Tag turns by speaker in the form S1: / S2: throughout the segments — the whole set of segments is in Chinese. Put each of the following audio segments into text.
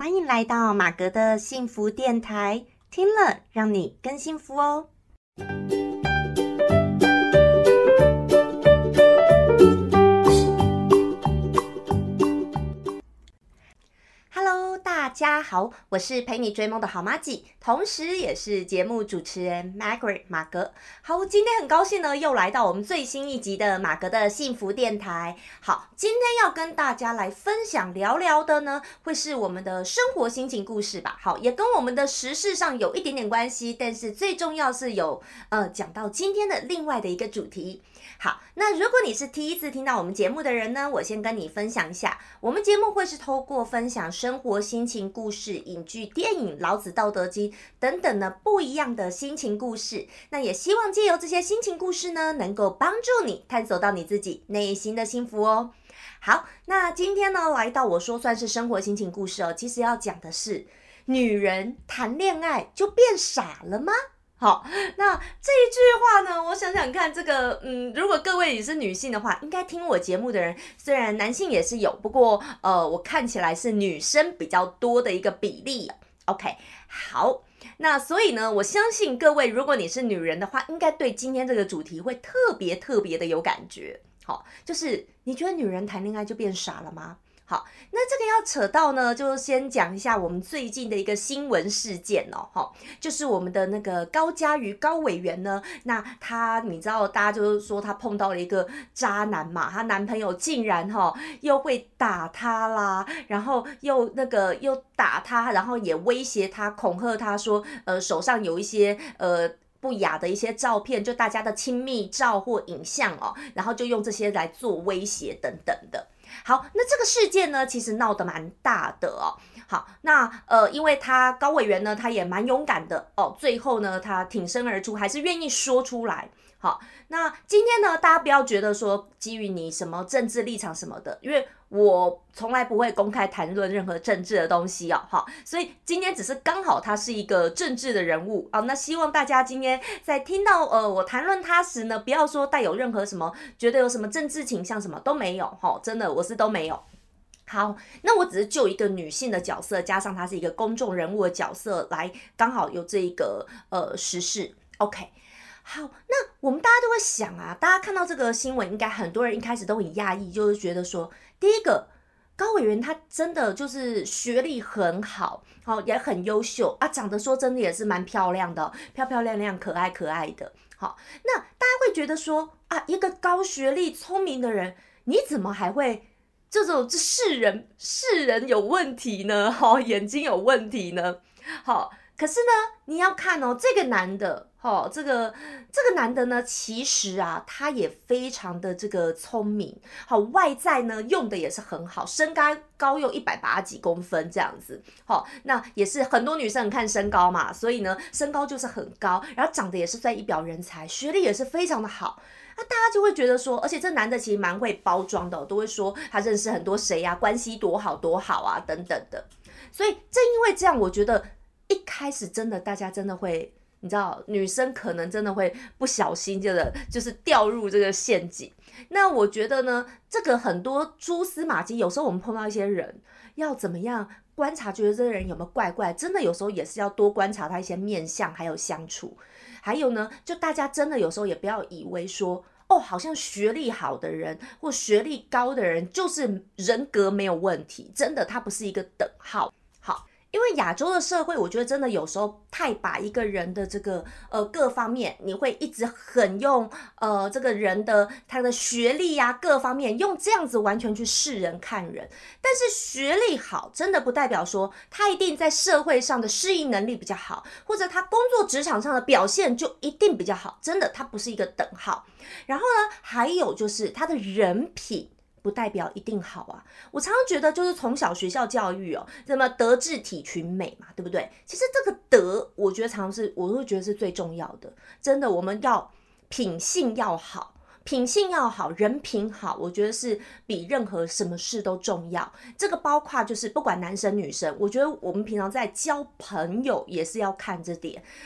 S1: 欢迎来到马格的幸福电台，听了让你更幸福哦。Hello， 大家好，我是陪你追梦的好妈吉，同时也是节目主持人 Margaret 马格。好，今天很高兴呢，又来到我们最新一集的马格的幸福电台。好，今天要跟大家来分享聊聊的呢，会是我们的生活心情故事吧。好，也跟我们的时事上有一点点关系，但是最重要是有讲到今天的另外的一个主题。好，那如果你是第一次听到我们节目的人呢，我先跟你分享一下，我们节目会是透过分享生活心情故事、影剧、电影、老子道德经等等的不一样的心情故事，那也希望借由这些心情故事呢，能够帮助你探索到你自己内心的幸福哦。好，那今天呢，来到我说算是生活心情故事哦，其实要讲的是女人谈恋爱就变傻了吗？好，那这一句话呢，我想想看，这个如果各位也是女性的话，应该听我节目的人，虽然男性也是有，不过我看起来是女生比较多的一个比例。OK， 好，那所以呢，我相信各位，如果你是女人的话，应该对今天这个主题会特别的有感觉。好，就是你觉得女人谈恋爱就变傻了吗？好，那这个要扯到呢，就先讲一下我们最近的一个新闻事件哦，就是我们的那个高嘉瑜高委员呢，那他你知道大家就是说他碰到了一个渣男嘛，她男朋友竟然又会打她啦，然后又打她，然后也威胁她恐吓她说手上有一些不雅的一些照片，就大家的亲密照或影像哦，然后就用这些来做威胁等等的。好，那这个事件呢，其实闹得蛮大的哦。好，那因为他高委员呢，他也蛮勇敢的哦，最后呢，他挺身而出，还是愿意说出来。好，那今天呢，大家不要觉得说基于你什么政治立场什么的，因为我从来不会公开谈论任何政治的东西哦，好，所以今天只是刚好他是一个政治的人物啊，那希望大家今天在听到我谈论他时呢，不要说带有任何什么觉得有什么政治倾向什么都没有，哈，真的我是都没有。好，那我只是就一个女性的角色，加上她是一个公众人物的角色来，刚好有这一个时事 ，OK。好，那我们大家都会想啊，大家看到这个新闻，应该很多人一开始都很讶异，就是觉得说，第一个高委员他真的就是学历很好，也很优秀啊，长得说真的也是蛮漂亮的，漂漂亮亮、可爱可爱的。好，那大家会觉得说啊，一个高学历、聪明的人，你怎么还会这种世人有问题呢？眼睛有问题呢？好。可是呢，你要看哦，这个男的，这个男的呢，其实啊，他也非常的这个聪明，好，外在呢用的也是很好，身高又180几公分这样子，好，那也是很多女生很看身高嘛，所以呢，身高就是很高，然后长得也是算一表人才，学历也是非常的好。那大家就会觉得说，而且这男的其实蛮会包装的，都会说他认识很多谁啊，关系多好啊等等的。所以正因为这样，我觉得一开始真的大家真的会，你知道，女生可能真的会不小心就是掉入这个陷阱。那我觉得呢，这个很多蛛丝马迹，有时候我们碰到一些人，要怎么样观察，觉得这个人有没有怪怪，真的有时候也是要多观察他一些面相，还有相处。还有呢，就大家真的有时候也不要以为说，好像学历好的人或学历高的人就是人格没有问题，真的他不是一个等号。好。因为亚洲的社会，我觉得真的有时候太把一个人的这个各方面，你会一直很用这个人的他的学历啊各方面，用这样子完全去视人看人。但是学历好，真的不代表说他一定在社会上的适应能力比较好，或者他工作职场上的表现就一定比较好，真的他不是一个等号。然后呢，还有就是他的人品。不代表一定好啊！我常常觉得，就是从小学校教育什么德智体群美嘛，对不对？其实这个德，我觉得我会觉得是最重要的。真的，我们要品性要好，人品好，我觉得是比任何什么事都重要。这个包括就是不管男生女生，我觉得我们平常在交朋友也是要看这点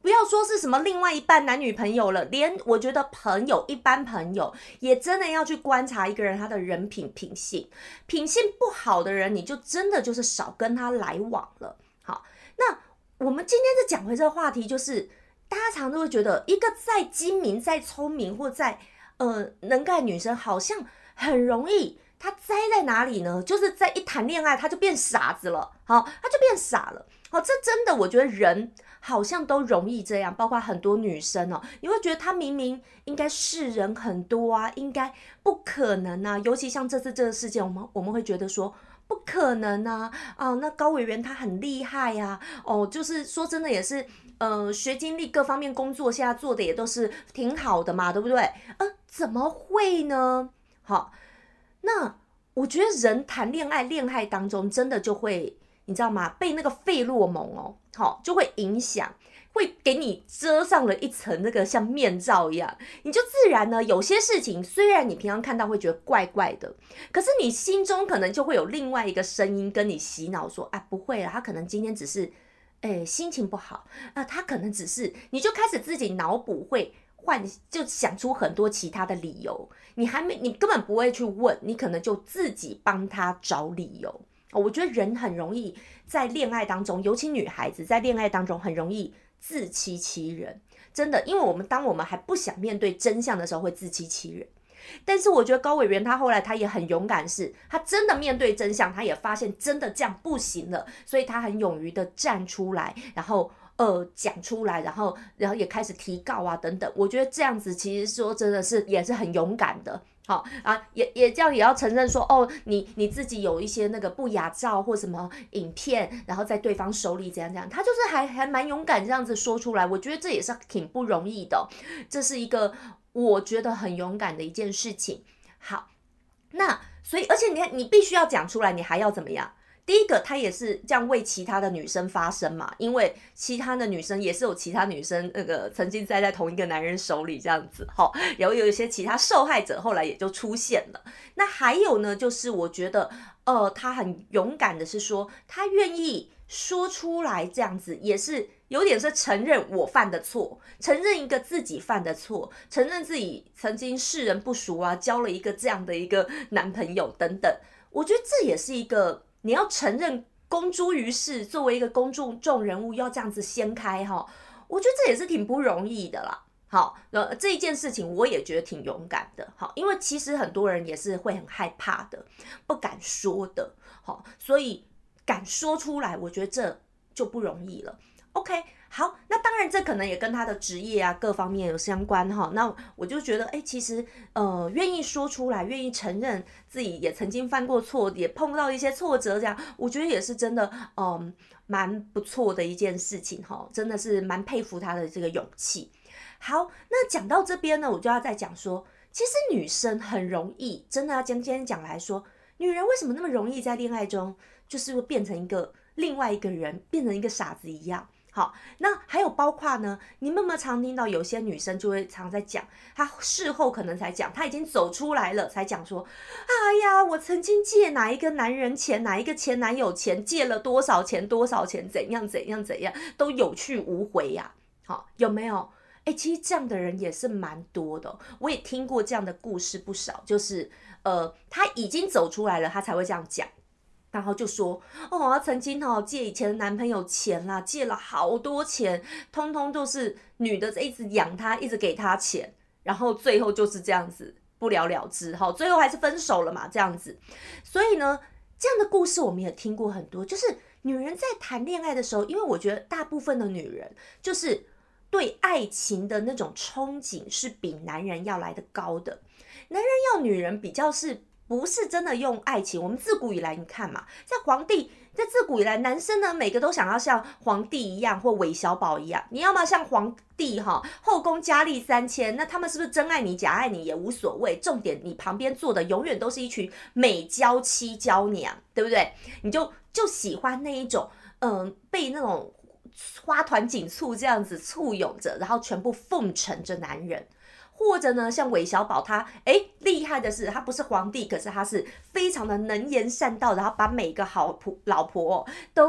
S1: 不要说是什么另外一半男女朋友了，连我觉得朋友，一般朋友也真的要去观察一个人他的人品品性，品性不好的人，你就真的就是少跟他来往了。好，那我们今天再讲回这个话题，就是大家常都会觉得一个再精明、再聪明或再能干的女生，好像很容易。他栽在哪里呢？就是在一谈恋爱，他就变傻子了。好，他就变傻了。好，这真的，我觉得人好像都容易这样，包括很多女生哦，你会觉得她明明应该识人很多啊，应该不可能啊。尤其像这次这个事件，我们会觉得说不可能啊。那高委员他很厉害啊。就是说真的也是，学经历各方面工作现在做的也都是挺好的嘛，对不对？怎么会呢？好。那我觉得人谈恋爱，恋爱当中真的就会，你知道吗？被那个费洛蒙就会影响，会给你遮上了一层那个像面罩一样，你就自然呢，有些事情虽然你平常看到会觉得怪怪的，可是你心中可能就会有另外一个声音跟你洗脑说，不会啦，他可能今天只是，心情不好，他可能只是，你就开始自己脑补就想出很多其他的理由，你根本不会去问，你可能就自己帮他找理由。我觉得人很容易在恋爱当中，尤其女孩子在恋爱当中很容易自欺欺人，真的，因为当我们还不想面对真相的时候会自欺欺人。但是我觉得高委员他后来他也很勇敢，是他真的面对真相，他也发现真的这样不行了，所以他很勇于的站出来，然后讲出来，然后也开始提告啊等等。我觉得这样子其实说真的是也是很勇敢的。好啊，也这样也要承认说，你自己有一些那个不雅照或什么影片，然后在对方手里怎样怎样，他就是还蛮勇敢这样子说出来。我觉得这也是挺不容易的，这是一个我觉得很勇敢的一件事情。好，那所以而且你必须要讲出来，你还要怎么样？第一个，他也是这样为其他的女生发声嘛，因为其他的女生也是有其他女生那个曾经在同一个男人手里这样子，然后有一些其他受害者后来也就出现了。那还有呢，就是我觉得，他很勇敢的是说，他愿意说出来这样子，也是有点是承认我犯的错，承认一个自己犯的错，承认自己曾经世人不淑啊，交了一个这样的一个男朋友等等。我觉得这也是一个。你要承认公诸于世，作为一个公众人物要这样子掀开我觉得这也是挺不容易的啦。好，这一件事情我也觉得挺勇敢的。好，因为其实很多人也是会很害怕的，不敢说的。好，所以敢说出来，我觉得这就不容易了。OK， 好，那当然这可能也跟他的职业啊各方面有相关那我就觉得其实愿意说出来，愿意承认自己也曾经犯过错，也碰到一些挫折，这样我觉得也是真的蛮不错的一件事情真的是蛮佩服他的这个勇气。好，那讲到这边呢，我就要再讲说，其实女生很容易，真的要今天讲来说，女人为什么那么容易在恋爱中就是会变成另外一个人，变成一个傻子一样。好，那还有包括呢，你们有没有常听到有些女生就会常在讲，她事后可能才讲，她已经走出来了才讲说，哎呀，我曾经借哪一个男人钱，哪一个前男友钱，借了多少钱，怎样怎样怎样，都有去无回呀。好，有没有？其实这样的人也是蛮多的，我也听过这样的故事不少，就是她已经走出来了，她才会这样讲。然后就说他曾经借以前的男朋友钱啦，借了好多钱，通通都是女的一直养他，一直给他钱，然后最后就是这样子不了了之，最后还是分手了嘛，这样子。所以呢，这样的故事我们也听过很多，就是女人在谈恋爱的时候，因为我觉得大部分的女人就是对爱情的那种憧憬是比男人要来的高的，男人要女人比较是。不是真的用爱情，我们自古以来你看嘛，在自古以来，男生呢每个都想要像皇帝一样或韦小宝一样，你要么像皇帝后宫佳丽3000，那他们是不是真爱你假爱你也无所谓，重点你旁边坐的永远都是一群美娇妻娇娘，对不对？你就喜欢那一种被那种花团锦簇这样子簇拥着，然后全部奉承着男人。或者呢，像韦小宝他厉害的是，他不是皇帝，可是他是非常的能言善道，然后把每个好老婆都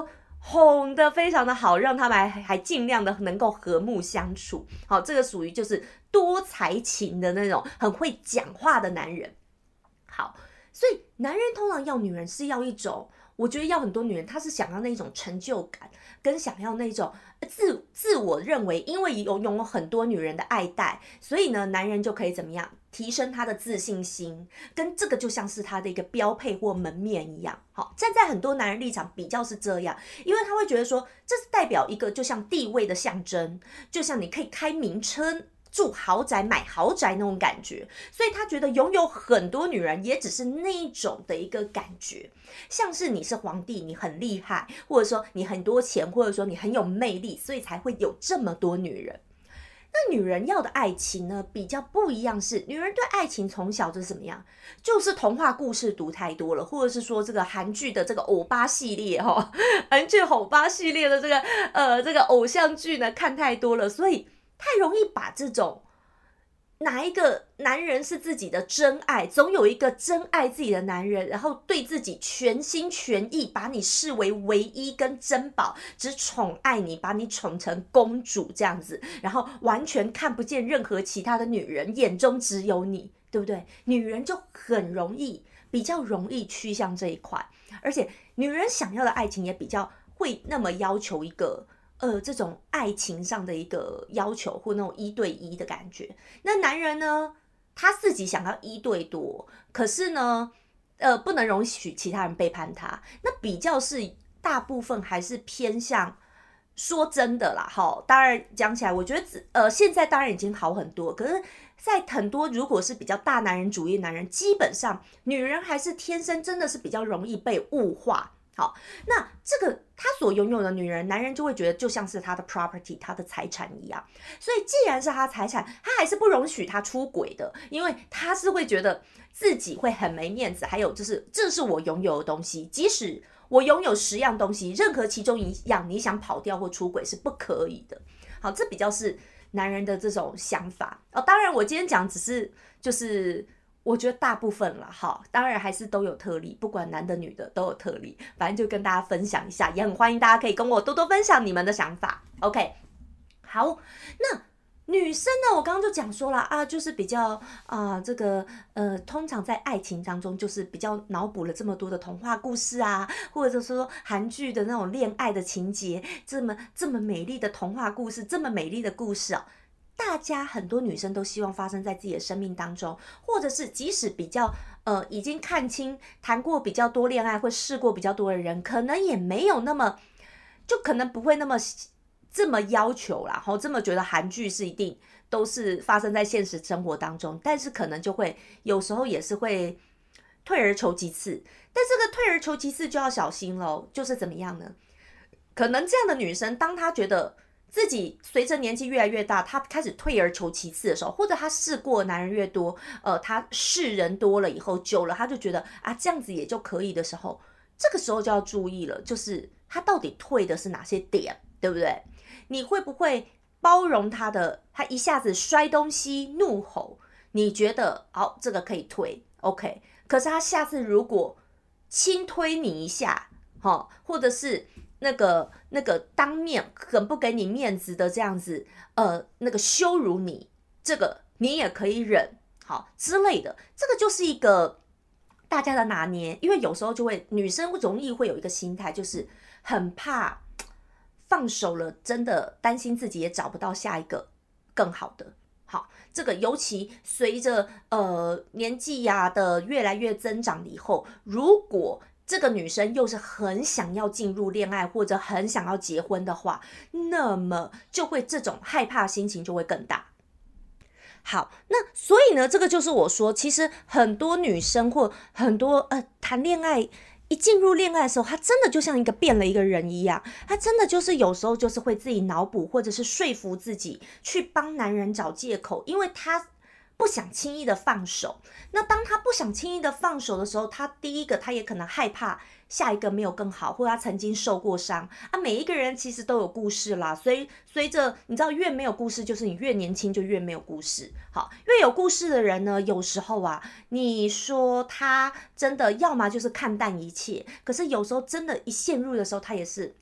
S1: 哄得非常的好，让他们还尽量的能够和睦相处。好，这个属于就是多才情的那种很会讲话的男人。好，所以男人通常要女人是要一种，我觉得要很多女人她是想要那种成就感，跟想要那种自我认为，因为拥有很多女人的爱戴，所以呢男人就可以怎么样提升他的自信心，跟这个就像是他的一个标配或门面一样。好，站在很多男人立场比较是这样，因为他会觉得说这是代表一个就像地位的象征，就像你可以开名车住豪宅买豪宅那种感觉，所以他觉得拥有很多女人也只是那一种的一个感觉，像是你是皇帝你很厉害，或者说你很多钱，或者说你很有魅力，所以才会有这么多女人。那女人要的爱情呢比较不一样，是女人对爱情从小就是怎么样，就是童话故事读太多了，或者是说这个韩剧的这个欧巴系列韩剧欧巴系列的这个偶像剧呢看太多了，所以太容易把这种哪一个男人是自己的真爱，总有一个真爱自己的男人，然后对自己全心全意，把你视为唯一跟珍宝，只宠爱你，把你宠成公主这样子，然后完全看不见任何其他的女人，眼中只有你，对不对？女人就比较容易趋向这一块，而且女人想要的爱情也比较会那么要求一个这种爱情上的一个要求，或那种1对1的感觉。那男人呢，他自己想要1对多，可是呢不能容许其他人背叛他，那比较是大部分还是偏向，说真的啦当然讲起来我觉得现在当然已经好很多，可是在很多如果是比较大男人主义的男人，基本上女人还是天生真的是比较容易被物化。好，那这个他所拥有的女人，男人就会觉得就像是他的 property， 他的财产一样。所以既然是他财产，他还是不容许他出轨的，因为他是会觉得自己会很没面子。还有就是这是我拥有的东西，即使我拥有10样东西，任何其中一样你想跑掉或出轨是不可以的。好，这比较是男人的这种想法。当然我今天讲只是就是我觉得大部分啦，当然还是都有特例，不管男的女的都有特例，反正就跟大家分享一下，也很欢迎大家可以跟我多多分享你们的想法。OK， 好，那女生呢，我刚刚就讲说了就是比较这个通常在爱情当中就是比较脑补了这么多的童话故事或者说韩剧的那种恋爱的情节，这么美丽的童话故事，这么美丽的故事大家很多女生都希望发生在自己的生命当中，或者是即使比较已经看清谈过比较多恋爱或试过比较多的人，可能也没有那么就可能不会那么这么要求啦，这么觉得韩剧是一定都是发生在现实生活当中，但是可能就会有时候也是会退而求其次。但这个退而求其次就要小心咯，就是怎么样呢？可能这样的女生当她觉得自己随着年纪越来越大，她开始退而求其次的时候，或者她试过男人越多，她试人多了以后，久了她就觉得这样子也就可以的时候，这个时候就要注意了，就是她到底退的是哪些点，对不对？你会不会包容她她一下子摔东西怒吼，你觉得好这个可以退 OK， 可是她下次如果轻推你一下或者是那个当面很不给你面子的这样子那个羞辱你，这个你也可以忍之类的，这个就是一个大家的拿捏。因为有时候就会女生容易会有一个心态，就是很怕放手了，真的担心自己也找不到下一个更好的。好，这个尤其随着年纪的越来越增长以后，如果这个女生又是很想要进入恋爱或者很想要结婚的话，那么就会这种害怕心情就会更大。好，那所以呢，这个就是我说其实很多女生或很多谈恋爱一进入恋爱的时候，她真的就像一个变了一个人一样，她真的就是有时候就是会自己脑补或者是说服自己去帮男人找借口，因为她不想轻易的放手。那当他不想轻易的放手的时候，他第一个他也可能害怕下一个没有更好，或者他曾经受过伤每一个人其实都有故事啦，所以随着你知道越没有故事，就是你越年轻就越没有故事。好，越有故事的人呢，有时候你说他真的要么就是看淡一切，可是有时候真的一陷入的时候，他也是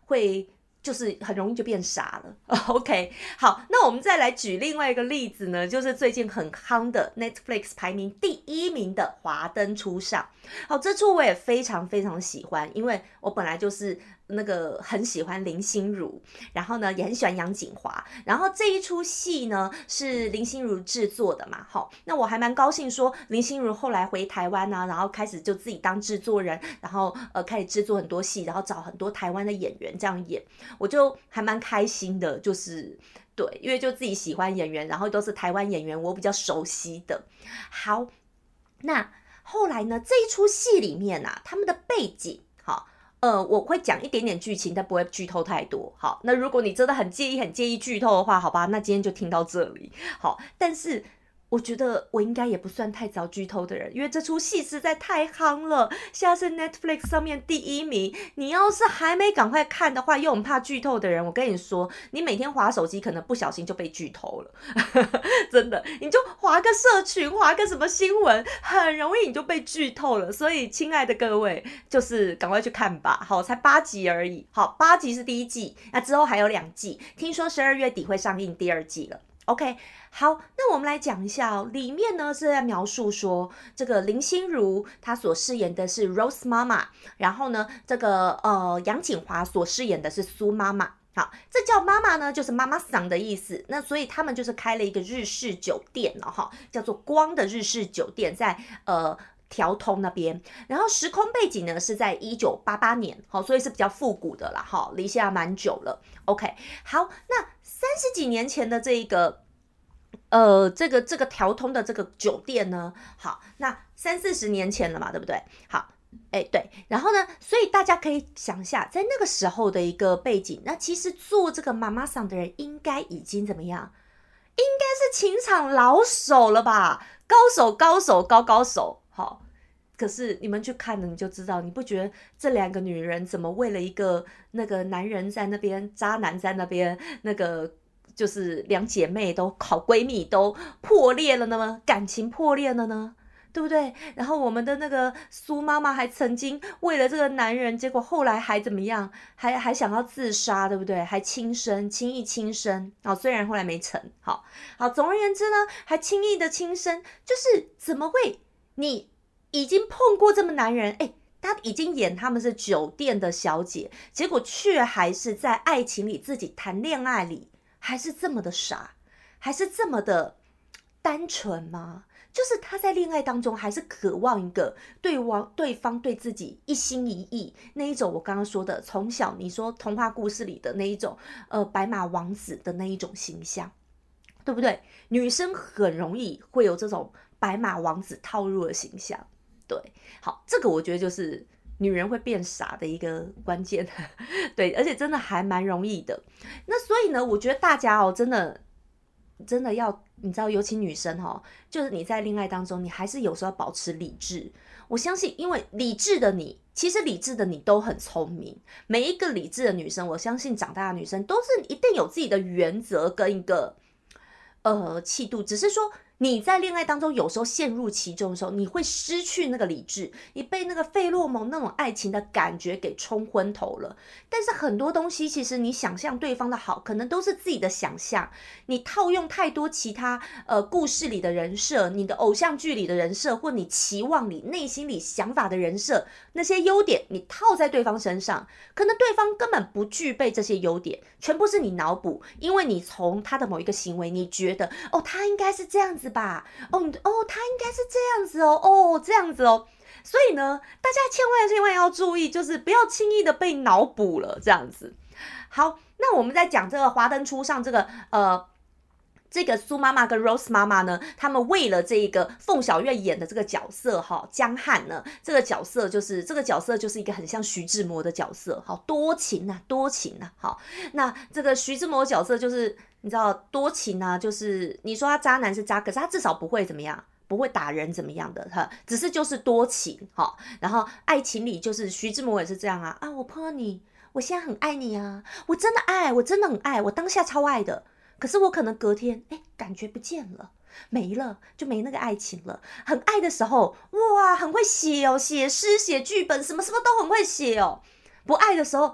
S1: 会就是很容易就变傻了。OK， 好，那我们再来举另外一个例子呢，就是最近很夯的 Netflix 排名第1名的《华灯初上》。好，这出我也非常非常喜欢，因为我本来就是那个很喜欢林心如，然后呢也很喜欢杨谨华，然后这一出戏呢是林心如制作的嘛，好，那我还蛮高兴说林心如后来回台湾啊，然后开始就自己当制作人，然后开始制作很多戏，然后找很多台湾的演员这样演，我就还蛮开心的，就是对，因为就自己喜欢演员，然后都是台湾演员，我比较熟悉的。好，那后来呢，这一出戏里面啊，他们的背景，好，我会讲一点点剧情，但不会剧透太多。好，那如果你真的很介意剧透的话，好吧，那今天就听到这里。好，但是我觉得我应该也不算太早剧透的人，因为这出戏实在太夯了，现在是 Netflix 上面第1名。你要是还没赶快看的话，又很怕剧透的人，我跟你说，你每天滑手机可能不小心就被剧透了，真的，你就滑个社群，滑个什么新闻，很容易你就被剧透了。所以，亲爱的各位，就是赶快去看吧。好，才8集而已。好，8集是第1季，那之后还有2季，听说12月底会上映第2季了。OK， 好，那我们来讲一下哦，里面呢是在描述说，这个林心如她所饰演的是 Rose 妈妈，然后呢，这个杨谨华所饰演的是苏妈妈。好，这叫妈妈呢，就是妈妈桑的意思。那所以他们就是开了一个日式酒店了哈，叫做光的日式酒店，在条通那边，然后时空背景呢是在1988年，好，所以是比较复古的啦，哈，离现在蛮久了。OK， 好，那30几年前的这个这个条通的这个酒店呢，好，那30-40年前了嘛，对不对？好，对，然后呢，所以大家可以想一下，在那个时候的一个背景，那其实做这个妈妈桑的人应该已经怎么样？应该是情场老手了吧？高手，好。可是你们去看了你就知道，你不觉得这2个女人怎么为了一个那个男人在那边，渣男在那边，那个就是2姐妹都好闺蜜都破裂了呢吗？感情破裂了呢？对不对？然后我们的那个苏妈妈还曾经为了这个男人，结果后来还怎么样？还想要自杀，对不对？还轻易轻生，虽然后来没成。好，总而言之呢，还轻易的轻生，就是怎么会你已经碰过这么男人，他已经演他们是酒店的小姐，结果却还是在爱情里自己谈恋爱里，还是这么的傻，还是这么的单纯吗？就是他在恋爱当中还是渴望一个对方对自己一心一意那一种，我刚刚说的从小你说童话故事里的那一种白马王子的那一种形象，对不对？女生很容易会有这种白马王子套入的形象。对，好，这个我觉得就是女人会变傻的一个关键，对，而且真的还蛮容易的。那所以呢，我觉得大家真的要，你知道，尤其女生就是你在恋爱当中，你还是有时候要保持理智。我相信，因为其实理智的你都很聪明，每一个理智的女生，我相信长大的女生都是一定有自己的原则跟一个气度，只是说你在恋爱当中有时候陷入其中的时候，你会失去那个理智，你被那个费洛蒙那种爱情的感觉给冲昏头了。但是很多东西其实你想象对方的好，可能都是自己的想象，你套用太多其他故事里的人设，你的偶像剧里的人设，或你期望里内心里想法的人设，那些优点你套在对方身上，可能对方根本不具备这些优点，全部是你脑补，因为你从他的某一个行为，你觉得他应该是这样子吧，他应该是这样子这样子所以呢，大家千万要注意，就是不要轻易的被脑补了这样子。好，那我们在讲这个华灯初上这个苏妈妈跟 Rose 妈妈呢，他们为了这个凤小岳演的这个角色江汉呢，这个角色就是一个很像徐志摩的角色，多情啊。好，那这个徐志摩角色就是你知道多情啊，就是你说他渣男是渣，可是他至少不会怎么样，不会打人怎么样的，只是就是多情然后爱情里就是徐志摩也是这样啊，我碰到你，我现在很爱你啊，我真的很爱，我当下超爱的。可是我可能隔天感觉不见了，没了，就没那个爱情了。很爱的时候，哇，很会写写诗写剧本，什么都很会写不爱的时候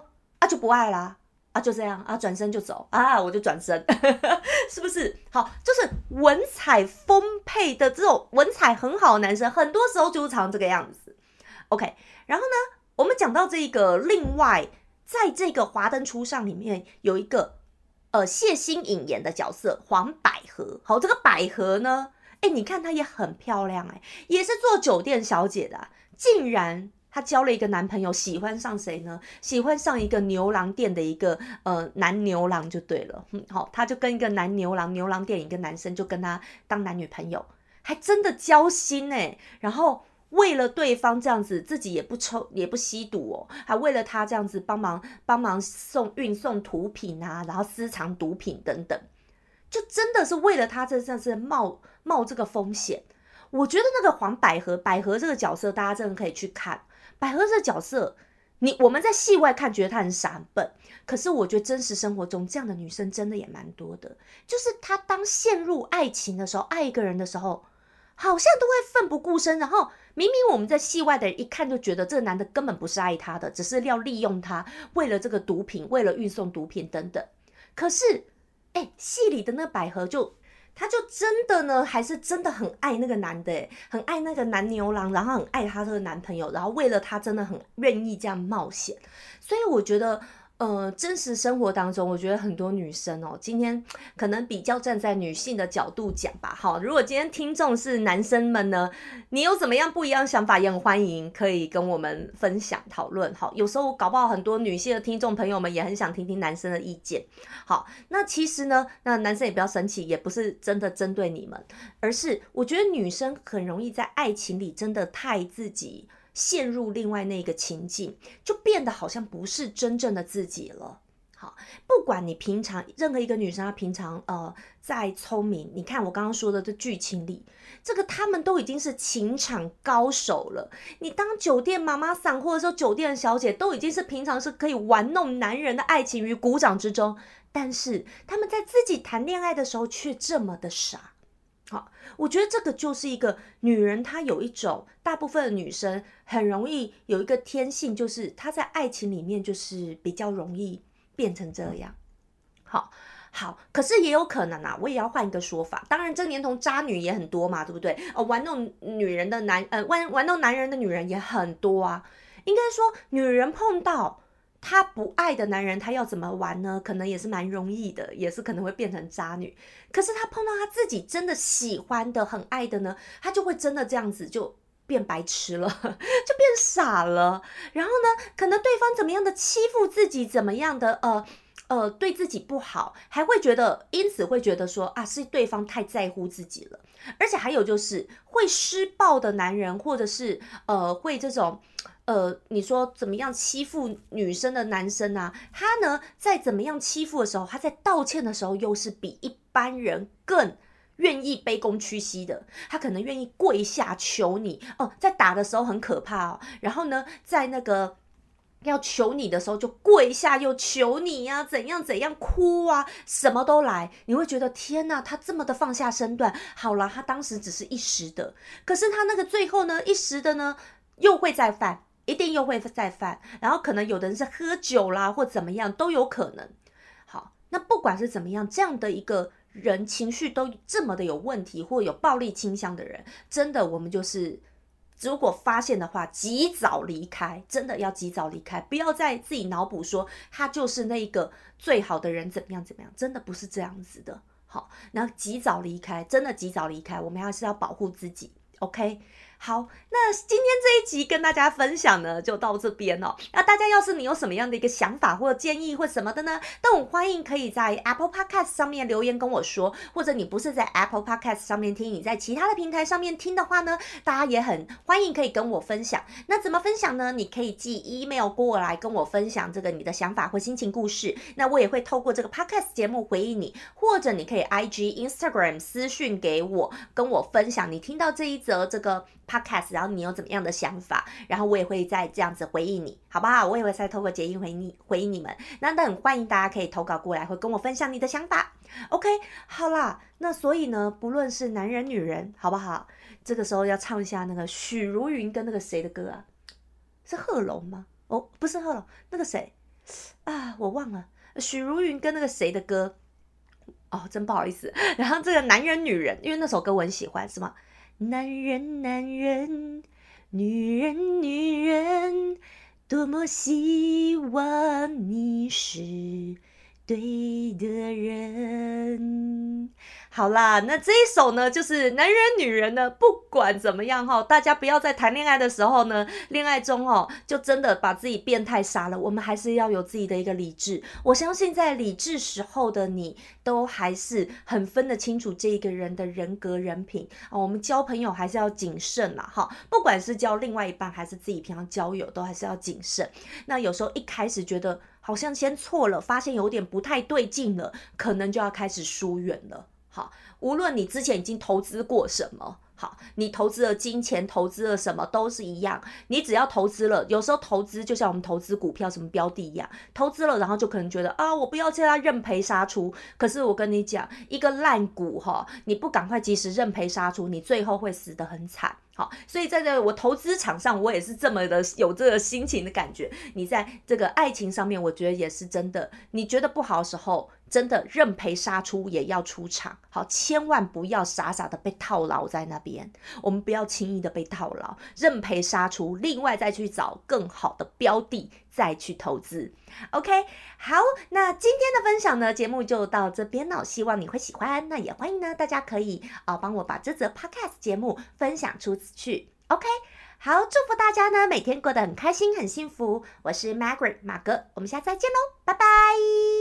S1: 就不爱啦。就这样转身就走我就转身是不是？好，就是文采丰沛的这种文采很好的男生，很多时候就是常这个样子。OK， 然后呢，我们讲到这个，另外在这个华灯初上里面有一个谢欣颖演的角色黄百合。好，这个百合呢，你看她也很漂亮也是做酒店小姐的竟然她交了一个男朋友，喜欢上谁呢？喜欢上一个牛郎店的一个男牛郎就对了。好，她就跟一个男牛郎，牛郎店一个男生就跟他当男女朋友，还真的交心然后为了对方这样子，自己也不抽也不吸毒还为了他这样子帮忙运送毒品然后私藏毒品等等，就真的是为了他这样子冒这个风险。我觉得那个黄百合这个角色，大家真的可以去看。百合这个角色，我们在戏外看觉得她很傻很笨，可是我觉得真实生活中这样的女生真的也蛮多的。就是她当陷入爱情的时候，爱一个人的时候，好像都会奋不顾身，然后明明我们在戏外的人一看就觉得这个男的根本不是爱她的，只是要利用她，为了这个毒品，为了运送毒品等等。可是戏里的那百合她就真的呢，还是真的很爱那个男的很爱那个男牛郎，然后很爱她这个男朋友，然后为了他真的很愿意这样冒险。所以我觉得真实生活当中，我觉得很多女生今天可能比较站在女性的角度讲吧。好，如果今天听众是男生们呢，你有怎么样不一样的想法，也很欢迎可以跟我们分享讨论。好，有时候搞不好很多女性的听众朋友们也很想听听男生的意见。好，那其实呢，那男生也不要生气，也不是真的针对你们，而是我觉得女生很容易在爱情里真的太自己。陷入另外那个情境，就变得好像不是真正的自己了。好，不管你平常任何一个女生，她平常再聪明，你看我刚刚说的这剧情里，这个他们都已经是情场高手了。你当酒店妈妈桑或者说酒店小姐，都已经是平常是可以玩弄男人的爱情于股掌之中，但是他们在自己谈恋爱的时候却这么的傻。好，我觉得这个就是一个女人，她有一种大部分的女生很容易有一个天性，就是她在爱情里面就是比较容易变成这样。好，可是也有可能我也要换一个说法。当然，这年头渣女也很多嘛，对不对？玩弄女人的玩弄男人的女人也很多啊。应该说，女人碰到她不爱的男人，她要怎么玩呢？可能也是蛮容易的，也是可能会变成渣女。可是她碰到她自己真的喜欢的、很爱的呢，她就会真的这样子就变白痴了，就变傻了。然后呢，可能对方怎么样的欺负自己，怎么样的对自己不好，还会觉得，因此会觉得说是对方太在乎自己了。而且还有就是会施暴的男人，或者是会这种你说怎么样欺负女生的男生他呢在怎么样欺负的时候，他在道歉的时候又是比一般人更愿意卑躬屈膝的。他可能愿意跪下求你在打的时候很可怕然后呢在那个要求你的时候就跪下又求你怎样哭什么都来。你会觉得天哪，他这么的放下身段，好啦，他当时只是一时的，可是他那个最后呢，一时的呢又会再犯，一定又会再犯。然后可能有的人是喝酒啦或怎么样都有可能。好，那不管是怎么样，这样的一个人情绪都这么的有问题或有暴力倾向的人，真的我们就是如果发现的话，及早离开，真的要及早离开，不要再自己脑补说他就是那个最好的人，怎么样，真的不是这样子的。好，然后及早离开，真的及早离开，我们还是要保护自己。OK， 好，那今天这一集跟大家分享呢，就到这边那大家要是你有什么样的一个想法或建议或什么的呢，都很欢迎可以在 Apple Podcast 上面留言跟我说，或者你不是在 Apple Podcast 上面听，你在其他的平台上面听的话呢，大家也很欢迎可以跟我分享。那怎么分享呢？你可以寄 email 过来跟我分享这个你的想法或心情故事，那我也会透过这个 Podcast 节目回应你，或者你可以 IG Instagram 私讯给我，跟我分享你听到这一则这个 Podcast， 然后你有怎么样的想法，然后我也会再这样子回应你，好不好？我也会再透过节音回应你们。那很欢迎大家可以投稿过来，会跟我分享你的想法。OK， 好啦，那所以呢，不论是男人女人，好不好？这个时候要唱一下那个许茹芸跟那个谁的歌是贺龙吗？不是贺龙，那个谁我忘了，许茹芸跟那个谁的歌。真不好意思。然后这个男人女人，因为那首歌我很喜欢，什么男人男人，女人女人，多么希望你是对的人。好啦，那这一首呢，就是男人女人呢，不管怎么样大家不要在谈恋爱的时候呢，恋爱中就真的把自己变态杀了，我们还是要有自己的一个理智。我相信在理智时候的你，都还是很分得清楚这一个人的人格人品我们交朋友还是要谨慎啦不管是交另外一半还是自己平常交友，都还是要谨慎。那有时候一开始觉得好像先错了，发现有点不太对劲了，可能就要开始疏远了。好，无论你之前已经投资过什么，好，你投资了金钱，投资了什么都是一样。你只要投资了，有时候投资就像我们投资股票什么标的一样，投资了然后就可能觉得我不要现在认赔杀出。可是我跟你讲，一个烂股你不赶快及时认赔杀出，你最后会死得很惨。好，所以在这我投资场上，我也是这么的有这个心情的感觉。你在这个爱情上面，我觉得也是真的。你觉得不好的时候，真的认赔杀出也要出场。好，千万不要傻傻的被套牢在那边。我们不要轻易的被套牢，认赔杀出，另外再去找更好的标的再去投资。OK， 好，那今天的分享呢，节目就到这边了，希望你会喜欢。那也欢迎呢，大家可以帮我把这则 Podcast 节目分享出去。OK， 好，祝福大家呢每天过得很开心、很幸福。我是 Margaret 马格，我们下次再见喽，拜拜。